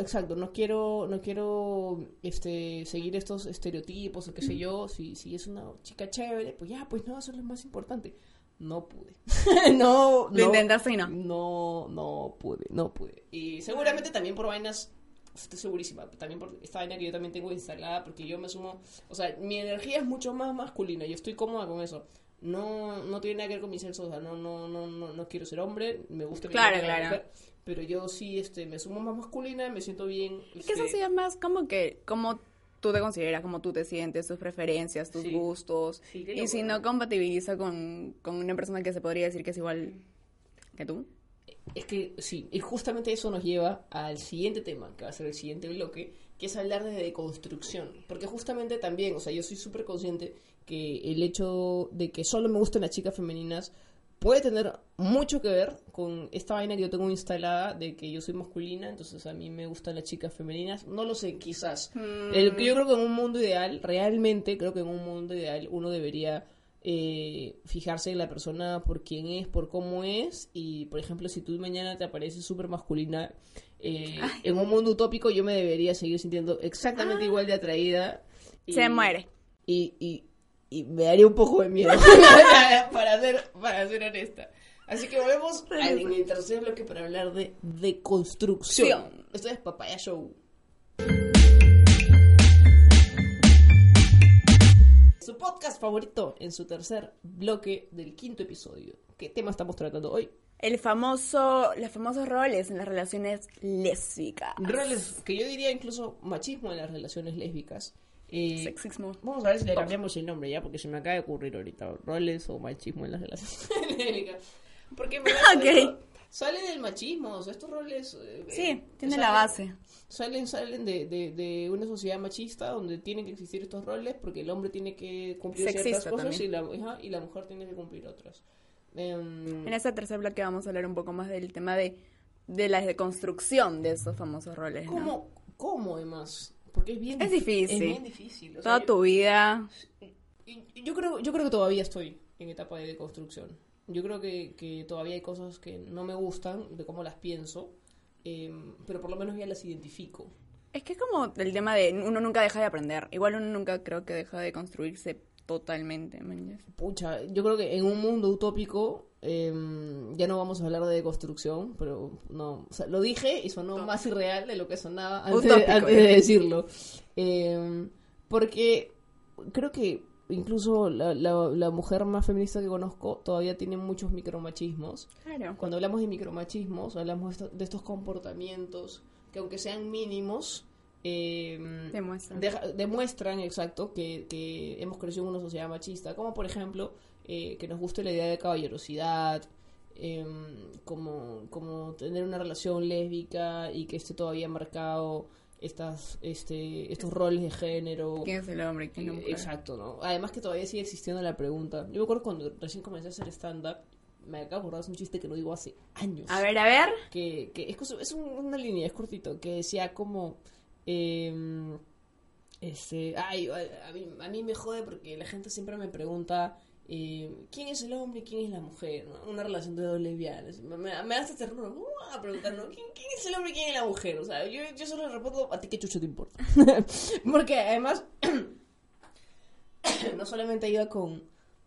seguir estos estereotipos o qué sé yo. Si es una chica chévere, pues ya, pues no, eso es lo más importante. No pude. No. Lo intentaste y no. No pude. Y seguramente también por vainas, estoy segurísima, también por esta vaina que yo también tengo instalada, porque yo me asumo, o sea, mi energía es mucho más masculina, yo estoy cómoda con eso. No tiene nada que ver con mi sexo, o sea, no quiero ser hombre, me gusta claro. mujer, pero yo sí me asumo más masculina, me siento bien. Es que eso sí es más como tú te consideras, como tú te sientes, tus preferencias, tus gustos. Sí, y si no compatibiliza con una persona que se podría decir que es igual que tú. Es que sí, y justamente eso nos lleva al siguiente tema, que va a ser el siguiente bloque, que es hablar de deconstrucción. Porque justamente también, o sea, yo soy súper consciente que el hecho de que solo me gusten las chicas femeninas puede tener mucho que ver con esta vaina que yo tengo instalada de que yo soy masculina, entonces a mí me gustan las chicas femeninas. No lo sé, quizás. Yo creo que en un mundo ideal, realmente creo que en un mundo ideal uno debería fijarse en la persona por quién es, por cómo es, y por ejemplo si tú mañana te apareces súper masculina, en un mundo utópico yo me debería seguir sintiendo exactamente igual de atraída. Se muere. Y me daría un poco de miedo para ser honesta. Así que volvemos en el tercer bloque para hablar de deconstrucción. Esto es Papaya Show. Su podcast favorito en su tercer bloque del 5º episodio. ¿Qué tema estamos tratando hoy? Los famosos roles en las relaciones lésbicas. Roles que yo diría incluso machismo en las relaciones lésbicas. Sexismo. Vamos a ver si le cambiamos el nombre ya, porque se me acaba de ocurrir ahorita. Roles o machismo en las relaciones lésbicas. Porque me sale del machismo, o sea, estos roles... sí, tiene la base. Salen de una sociedad machista donde tienen que existir estos roles porque el hombre tiene que cumplir ciertas cosas y la mujer tiene que cumplir otras. En este tercer bloque vamos a hablar un poco más del tema de la deconstrucción de esos famosos roles, ¿no? ¿Cómo además? Porque es bien difícil. Es bien difícil. O sea, toda tu vida. Yo creo que todavía estoy en etapa de deconstrucción. Yo creo que todavía hay cosas que no me gustan de cómo las pienso, pero por lo menos ya las identifico. Es que es como el tema de uno nunca deja de aprender. Igual uno nunca creo que deja de construirse totalmente. Pucha, yo creo que en un mundo utópico ya no vamos a hablar de deconstrucción, pero no, o sea, lo dije y sonó más irreal de lo que sonaba antes de decirlo. Porque creo que incluso la mujer más feminista que conozco todavía tiene muchos micromachismos. Claro. Cuando hablamos de micromachismos, hablamos de estos comportamientos que aunque sean mínimos, demuestran exacto que hemos crecido en una sociedad machista, como por ejemplo que nos guste la idea de caballerosidad, como tener una relación lésbica y que esté todavía marcado estos roles de género. ¿Quién es el hombre? ¿Quién es la mujer? Exacto, ¿no? Además que todavía sigue existiendo la pregunta. Yo me acuerdo cuando recién comencé a hacer stand-up, me acabo de acordar de un chiste que no digo hace años. A ver. Que es una línea, es cortito, que decía como... a mí me jode porque la gente siempre me pregunta ¿quién es el hombre y quién es la mujer? ¿No? Una relación de dos lesbianas. Me da hasta terror. ¿Cómo van a preguntar, ¿no? ¿Quién es el hombre y quién es la mujer? O sea, yo solo le respondo, ¿a ti qué chucho te importa? Porque además no solamente iba con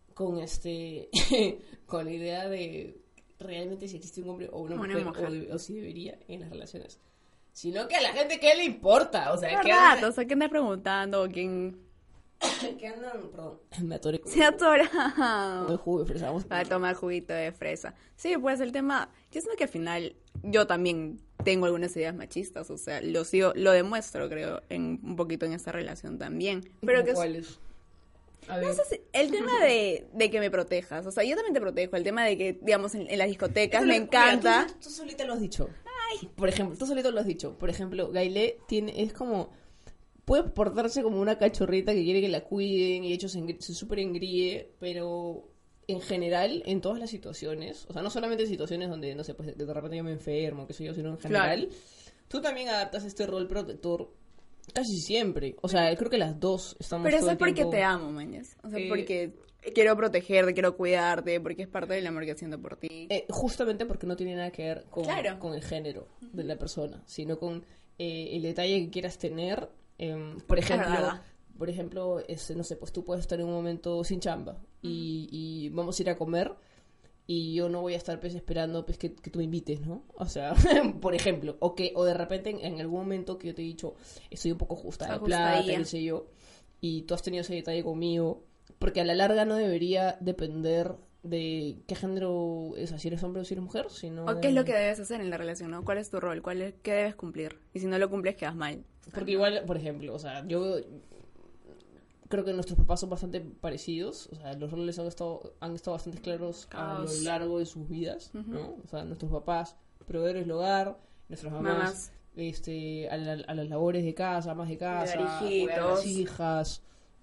la idea de realmente si existe un hombre o una mujer. O si debería en las relaciones, sino que a la gente ¿qué le importa? O sea, ¿qué andas preguntando? ¿Quién? ¿Qué andan? Perdón, me atoré. Se atora. El jugo de fresa. Vamos a tomar juguito de fresa. Sí, pues el tema, yo siento que al final yo también tengo algunas ideas machistas, o sea, lo demuestro, creo, un poquito en esta relación también. Pero que ¿cuáles? No sé si, el tema de que me protejas, o sea, yo también te protejo, el tema de que, digamos, en las discotecas me encanta. Mira, tú solita lo has dicho. Ay. Por ejemplo, tú solito lo has dicho. Por ejemplo, Gailé es como... Puede portarse como una cachorrita que quiere que la cuiden y de hecho se súper engríe, pero en general, en todas las situaciones, o sea, no solamente en situaciones donde, no sé, pues de repente yo me enfermo, qué sé yo, sino en general, claro. Tú también adaptas este rol protector Casi siempre. O sea, creo que las dos estamos Pero todo eso el es porque tiempo... te amo, mañas. O sea, porque quiero protegerte, quiero cuidarte, porque es parte del amor que siento por ti. Justamente porque no tiene nada que ver con, Claro. con el género de la persona, sino con el detalle que quieras tener. Por verdad. ejemplo, no sé, pues tú puedes estar en un momento sin chamba y vamos a ir a comer y yo no voy a estar pues esperando pues que tú me invites, ¿no? O sea, por ejemplo, o de repente en algún momento que yo te he dicho estoy un poco justa de plata, qué sé yo, y tú has tenido ese detalle conmigo, porque a la larga no debería depender de qué género es, si eres hombre o si eres mujer, sino ¿O qué es lo que debes hacer en la relación, no? ¿Cuál es tu rol? ¿Qué debes cumplir? Y si no lo cumples, quedas mal. Porque igual, por ejemplo, o sea, yo creo que nuestros papás son bastante parecidos, o sea, los roles han estado bastante claros a lo largo de sus vidas, ¿no? O sea, nuestros papás, proveedores del hogar, nuestras mamás, a las labores de casa, amas de casa, Cuidar cuidar a hijitos. las hijas,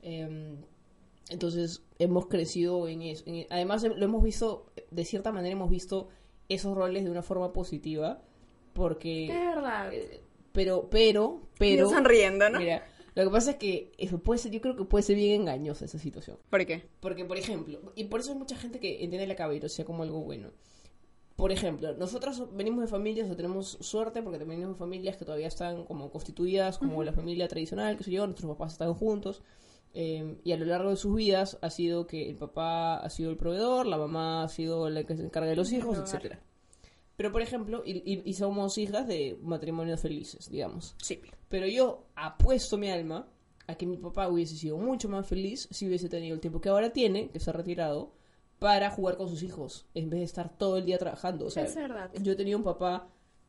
entonces hemos crecido en eso. Además, lo hemos visto, de cierta manera hemos visto esos roles de una forma positiva, porque... Es verdad. Pero... Yo sonriendo, ¿no? Mira, lo que pasa es que eso puede ser, yo creo que puede ser bien engañosa esa situación. ¿Por qué? Porque, por ejemplo, y por eso hay mucha gente que entiende la caballerosidad como algo bueno. Por ejemplo, nosotros venimos de familias, o tenemos suerte porque también venimos de familias que todavía están como constituidas, como la familia tradicional, que sé yo, nuestros papás están juntos. Y a lo largo de sus vidas ha sido que el papá ha sido el proveedor, la mamá ha sido la que se encarga de los hijos, etcétera. Pero, por ejemplo, y somos hijas de matrimonios felices, digamos. Sí. Pero yo apuesto mi alma a que mi papá hubiese sido mucho más feliz si hubiese tenido el tiempo que ahora tiene, que se ha retirado, para jugar con sus hijos, en vez de estar todo el día trabajando. O sea, Es verdad. yo tengo un papá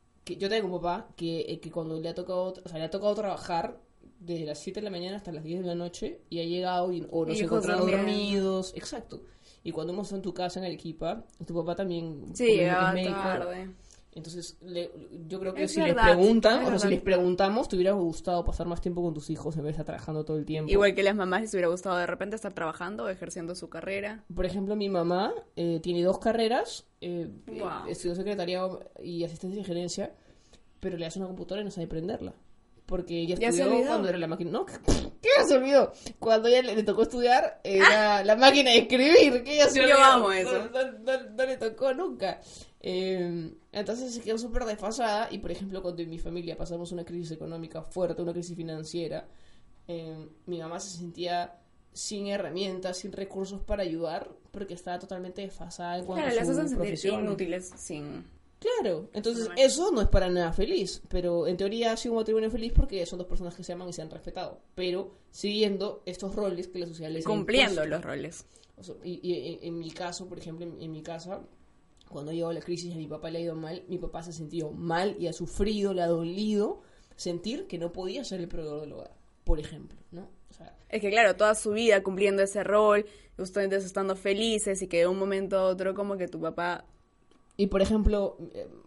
que cuando le ha tocado trabajar desde las 7 de la mañana hasta las 10 de la noche y ha llegado o nos hijos encontrado durmiendo. dormidos. Exacto. Y cuando hemos estado en tu casa en Arequipa, tu papá también Sí, como es llegaba médico. tarde. Entonces, yo creo que Es si verdad, les preguntan, es o sea, si verdad. les preguntamos, te hubiera gustado pasar más tiempo con tus hijos en vez de estar trabajando todo el tiempo. Igual que las mamás les hubiera gustado de repente estar trabajando o ejerciendo su carrera. Por ejemplo, mi mamá tiene 2 carreras, Wow. estudió secretariado y asistencia de gerencia, pero le hace una computadora y no sabe prenderla. Porque ella ¿Ya se estudió olvidó? cuando era la máquina... No, ¿qué se olvidó? Cuando ella le tocó estudiar, era la máquina de escribir. Que ella se Yo olvidó. amo eso. No le tocó nunca. Entonces se quedó súper desfasada. Y, por ejemplo, cuando en mi familia pasamos una crisis económica fuerte, una crisis financiera, mi mamá se sentía sin herramientas, sin recursos para ayudar, porque estaba totalmente desfasada en cuanto Claro, a las su hacen sentir profesión. inútiles sin... Claro, entonces Normal. eso no es para nada feliz, pero en teoría ha sido un matrimonio feliz porque son 2 personas que se aman y se han respetado, pero siguiendo estos roles que la sociedad les ha Cumpliendo impuesto. los roles. O sea, y en mi caso, por ejemplo, en mi casa, cuando llegó la crisis y a mi papá le ha ido mal, mi papá se ha sentido mal y ha sufrido, le ha dolido sentir que no podía ser el proveedor del hogar, por ejemplo, ¿no? O sea, Es que claro, toda su vida cumpliendo ese rol, ustedes estando felices y que de un momento a otro como que tu papá... y por ejemplo,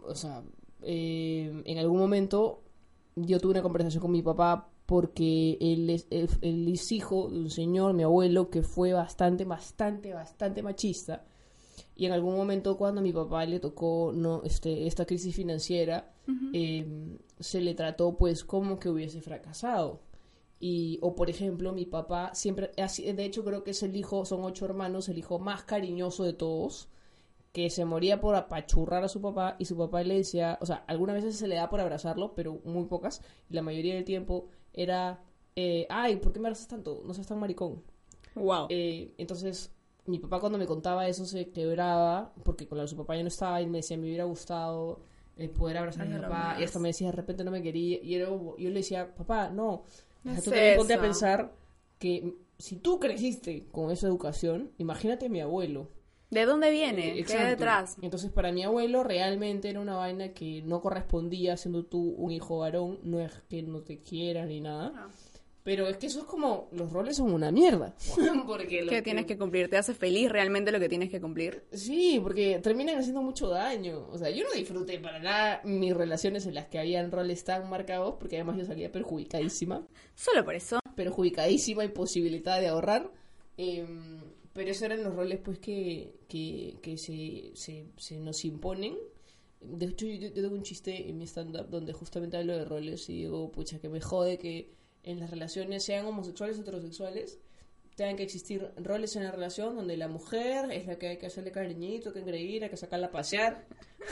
en algún momento yo tuve una conversación con mi papá porque él es hijo de un señor, mi abuelo, que fue bastante machista. Y en algún momento cuando a mi papá le tocó esta crisis financiera, se le trató pues como que hubiese fracasado. O por ejemplo, mi papá siempre, de hecho creo que es son 8 hermanos, el hijo más cariñoso de todos, que se moría por apachurrar a su papá y su papá le decía, o sea, algunas veces se le da por abrazarlo, pero muy pocas, y la mayoría del tiempo era, ay, ¿por qué me abrazas tanto? No seas tan maricón. Wow. Entonces, mi papá cuando me contaba eso se quebraba, porque con su papá ya no estaba, y me decía, me hubiera gustado poder abrazar a mi papá, y hasta me decía, de repente no me quería, y yo le decía, papá, no, No o sea, es tú también ponte a eso. pensar que si tú creciste con esa educación, imagínate a mi abuelo. ¿De dónde viene? ¿Qué Exacto. hay detrás? Entonces, para mi abuelo realmente era una vaina que no correspondía siendo tú un hijo varón. No es que no te quieran ni nada. No. Pero es que eso es como... Los roles son una mierda. Porque ¿Qué tienes que cumplir? ¿Te hace feliz realmente lo que tienes que cumplir? Sí, porque terminan haciendo mucho daño. O sea, yo no disfruté para nada mis relaciones en las que habían roles tan marcados, porque además yo salía perjudicadísima. Solo por eso. Perjudicadísima, imposibilidad de ahorrar. Pero esos eran los roles pues que se nos imponen. De hecho, yo tengo un chiste en mi stand-up donde justamente hablo de roles y digo, pucha, que me jode que en las relaciones, sean homosexuales o heterosexuales, tengan que existir roles en la relación donde la mujer es la que hay que hacerle cariñito, que engreír, hay que sacarla a pasear.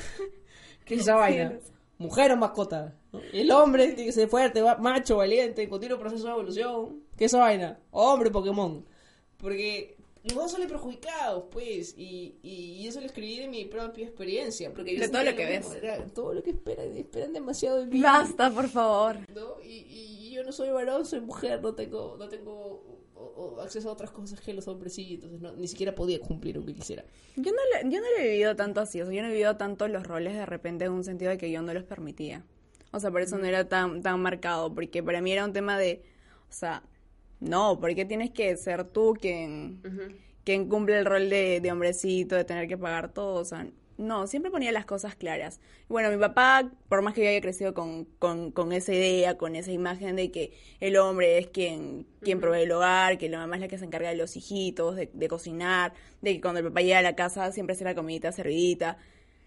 ¿Qué es esa vaina? Mujer o mascota, ¿no? El hombre tiene que ser fuerte, macho, valiente, en continuo proceso de evolución. ¿Qué es esa vaina? Hombre Pokémon. Porque los dos salen perjudicados, pues, y eso lo escribí de mi propia experiencia. Porque de todo lo que ves. Todo lo que esperan demasiado de mí. Basta, por favor. ¿No? Y yo no soy varón, soy mujer, no tengo acceso a otras cosas que los hombres sí, entonces ni siquiera podía cumplir aunque quisiera. Yo no lo he vivido tanto así, o sea, yo no he vivido tanto los roles de repente en un sentido de que yo no los permitía. O sea, por eso no era tan marcado, porque para mí era un tema de, o sea, no, ¿por qué tienes que ser tú quien cumple el rol de hombrecito, de tener que pagar todo? O sea, no, siempre ponía las cosas claras. Bueno, mi papá, por más que yo haya crecido con esa idea, con esa imagen de que el hombre es quien provee el hogar, que la mamá es la que se encarga de los hijitos, de cocinar, de que cuando el papá llega a la casa siempre hace la comidita servidita.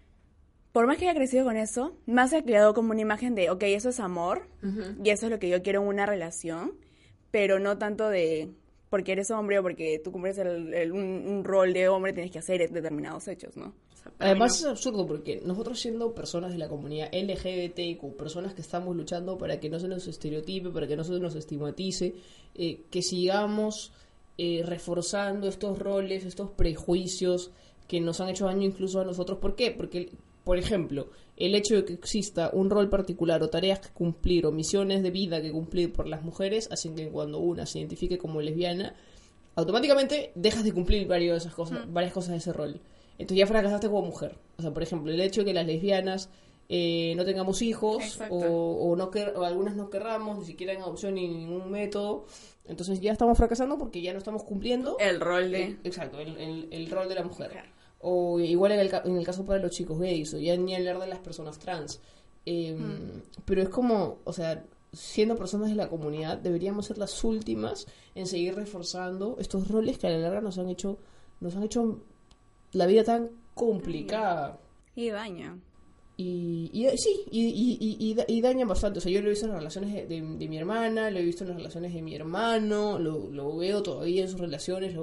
Por más que haya crecido con eso, más se ha creado como una imagen de, ok, eso es amor, y eso es lo que yo quiero en una relación, pero no tanto de porque eres hombre o porque tú cumples un rol de hombre tienes que hacer determinados hechos, ¿no? O sea, además es absurdo porque nosotros siendo personas de la comunidad LGBTQ, personas que estamos luchando para que no se nos estereotipe, para que no se nos estigmatice, que sigamos reforzando estos roles, estos prejuicios que nos han hecho daño incluso a nosotros. ¿Por qué? Porque, por ejemplo, el hecho de que exista un rol particular o tareas que cumplir o misiones de vida que cumplir por las mujeres hacen que cuando una se identifique como lesbiana, automáticamente dejas de cumplir varias cosas de ese rol. Entonces ya fracasaste como mujer. O sea, por ejemplo, el hecho de que las lesbianas no tengamos hijos o algunas no querramos ni siquiera en adopción ni ningún método, entonces ya estamos fracasando porque ya no estamos cumpliendo el rol de... el rol de la mujer. O igual en el caso para los chicos gays, o ya ni hablar de las personas trans. Pero es como, o sea, siendo personas de la comunidad, deberíamos ser las últimas en seguir reforzando estos roles que a la larga nos han hecho la vida tan complicada. Y daña. Y daña bastante. O sea, yo lo he visto en las relaciones de mi hermana, lo he visto en las relaciones de mi hermano, lo veo todavía en sus relaciones,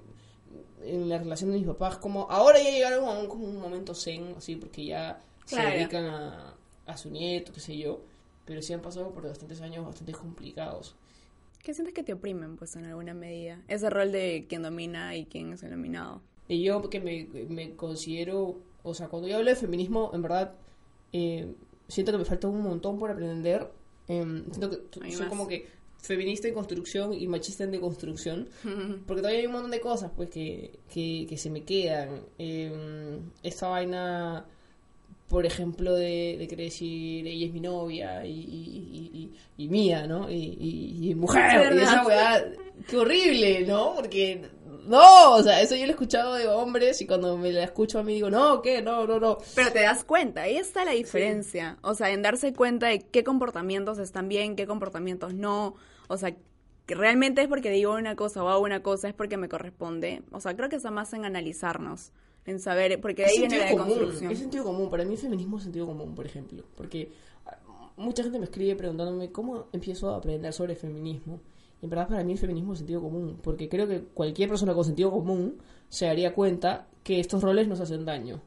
en la relación de mis papás, como ahora ya llegaron a un momento zen, así, porque ya se dedican a su nieto, qué sé yo, pero sí han pasado por bastantes años bastante complicados. ¿Qué sientes que te oprimen, pues, en alguna medida? Ese rol de quien domina y quien es el dominado. Y yo que me considero, o sea, cuando yo hablo de feminismo, en verdad, siento que me falta un montón por aprender. Siento que soy como que feminista en construcción y machista en deconstrucción, porque todavía hay un montón de cosas pues que se me quedan. Esta vaina, por ejemplo, de que decir ella es mi novia y mía, ¿no? Y mujer, y esa weá, qué horrible, ¿no? Porque no, o sea, eso yo lo he escuchado de hombres y cuando me la escucho a mí digo, no, ¿qué? No. Pero te das cuenta, ahí está la diferencia. Sí. O sea, en darse cuenta de qué comportamientos están bien, qué comportamientos no. O sea, que realmente es porque digo una cosa o hago una cosa, es porque me corresponde. O sea, creo que está más en analizarnos, en saber, porque de ahí viene la deconstrucción. Es sentido común, para mí el feminismo es sentido común, por ejemplo. Porque mucha gente me escribe preguntándome cómo empiezo a aprender sobre feminismo. En verdad para mí el feminismo es sentido común, porque creo que cualquier persona con sentido común se daría cuenta que estos roles nos hacen daño,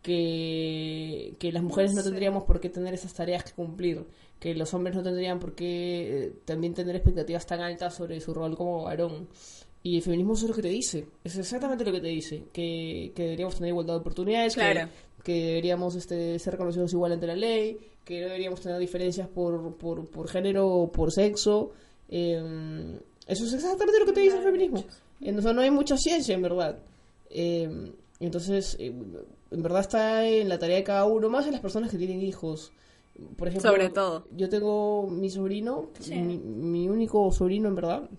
que las mujeres no tendríamos por qué tener esas tareas que cumplir, que los hombres no tendrían por qué también tener expectativas tan altas sobre su rol como varón. Y el feminismo eso es lo que te dice, es exactamente lo que te dice, que deberíamos tener igualdad de oportunidades, claro, que deberíamos ser reconocidos igual ante la ley, que no deberíamos tener diferencias por género o por sexo. Eso es exactamente lo que te dice el feminismo. Entonces no hay mucha ciencia, en verdad. Entonces, en verdad está en la tarea de cada uno, más en las personas que tienen hijos. Por ejemplo, sobre todo. Yo tengo mi sobrino, mi único sobrino, en verdad,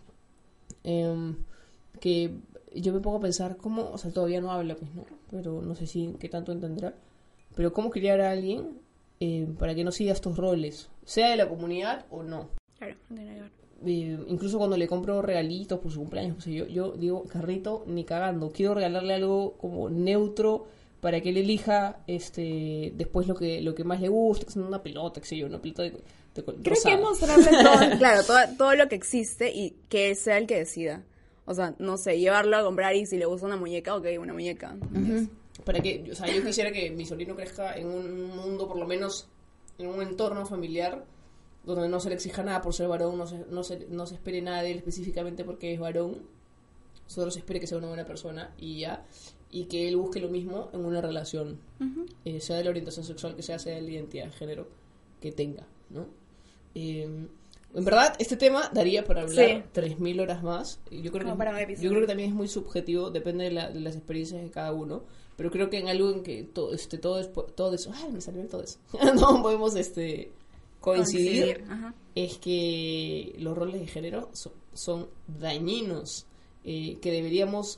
que yo me pongo a pensar cómo, o sea, todavía no habla, pues, ¿no? Pero no sé si qué tanto entenderá. Pero cómo criar a alguien para que no siga estos roles, sea de la comunidad o no. Claro, no tiene que ver. Incluso cuando le compro regalitos por su cumpleaños, pues yo digo, carrito, ni cagando, quiero regalarle algo como neutro para que él elija después lo que más le gusta, que es una pelota, qué sé yo, una pelota de Creo que es mostrarle todo, claro, todo lo que existe y que él sea el que decida. O sea, no sé, llevarlo a comprar y si le gusta una muñeca, ok, una muñeca. Para que, o sea, yo quisiera que mi sobrino crezca en un mundo, por lo menos en un entorno familiar, donde no se le exija nada por ser varón, no se espere nada de él específicamente porque es varón, solo se espere que sea una buena persona y ya, y que él busque lo mismo en una relación, sea de la orientación sexual que sea de la identidad de género que tenga, ¿no? En verdad, este tema daría para hablar 3000 horas más. Yo creo que también es muy subjetivo, depende de las experiencias de cada uno, pero creo que en algo en que todo eso, ay, me salió el todo eso, no podemos coincidir. Es que los roles de género son dañinos, que deberíamos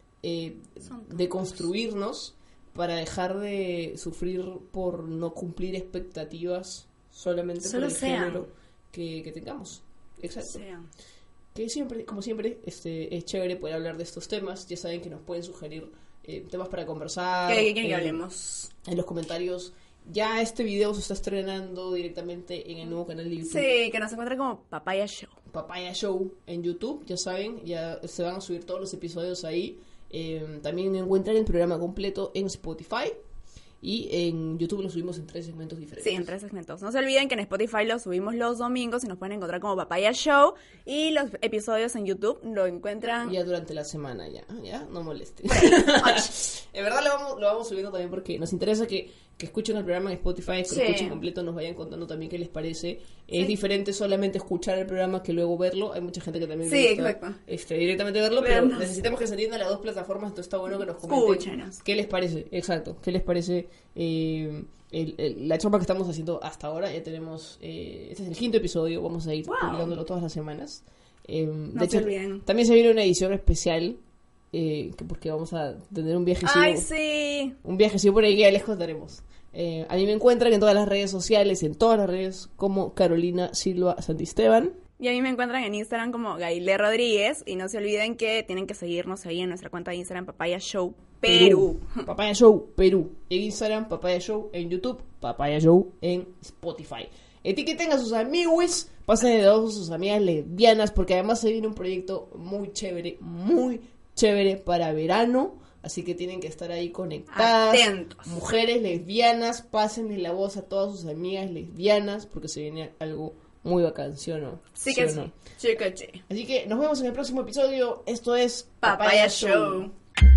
deconstruirnos para dejar de sufrir por no cumplir expectativas solamente por el género que tengamos. Exacto. Que siempre, como siempre, es chévere poder hablar de estos temas. Ya saben que nos pueden sugerir temas para conversar. ¿Qué quieren que hablemos? En los comentarios. Ya este video se está estrenando directamente en el nuevo canal de YouTube. Sí, que nos encuentra como Papaya Show. Papaya Show en YouTube, ya saben, ya se van a subir todos los episodios ahí. También encuentran el programa completo en Spotify. Y en YouTube lo subimos en 3 segmentos diferentes. Sí, en 3 segmentos. No se olviden que en Spotify lo subimos los domingos y nos pueden encontrar como Papaya Show. Y los episodios en YouTube lo encuentran... Ya durante la semana, ya, no molesten. En verdad lo vamos subiendo también porque nos interesa que escuchen el programa en Spotify, que lo escuchen completo, nos vayan contando también qué les parece. Es diferente solamente escuchar el programa que luego verlo. Hay mucha gente que también gusta directamente verlo, pero necesitamos que se atiendan las 2 plataformas, entonces está bueno que nos comenten. Escúchenos. ¿Qué les parece? Exacto. ¿Qué les parece la chamba que estamos haciendo hasta ahora? Ya tenemos... este es el 5º episodio, vamos a ir publicándolo todas las semanas. De hecho, también se viene una edición especial, porque vamos a tener un viajecillo. ¡Ay, sí! Un viajecillo por ahí que ya les contaremos. A mí me encuentran en todas las redes sociales, en todas las redes, como Carolina Silva Santisteban. Y a mí me encuentran en Instagram como Gaile Rodríguez. Y no se olviden que tienen que seguirnos ahí en nuestra cuenta de Instagram, Papaya Show Perú. Papaya Show Perú. En Instagram, Papaya Show. En YouTube, Papaya Show. En Spotify. Etiqueten a sus amigos, pasen de dos a sus amigas lesbianas, porque además se viene un proyecto muy chévere para verano. Así que tienen que estar ahí conectadas. Atentos. Mujeres lesbianas, pásenle la voz a todas sus amigas lesbianas, porque se viene algo muy bacán, ¿sí o no? Sí que sí. Así que nos vemos en el próximo episodio. Esto es Papaya Show.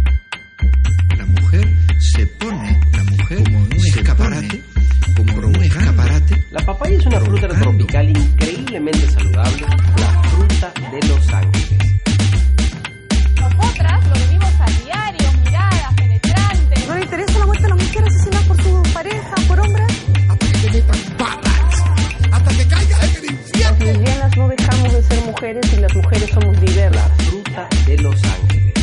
La mujer se pone, como un escaparate, La papaya es una fruta tropical increíblemente saludable, la fruta de Los Ángeles. Nosotras lo vivimos a diario, miradas penetrantes. ¿No le interesa la muerte de las mujeres asesinadas por su pareja, por hombres? Hasta que te metan balas. Hasta que caigas en el infierno. Las lesbianas no dejamos de ser mujeres y las mujeres somos diversas. La fruta de Los Ángeles.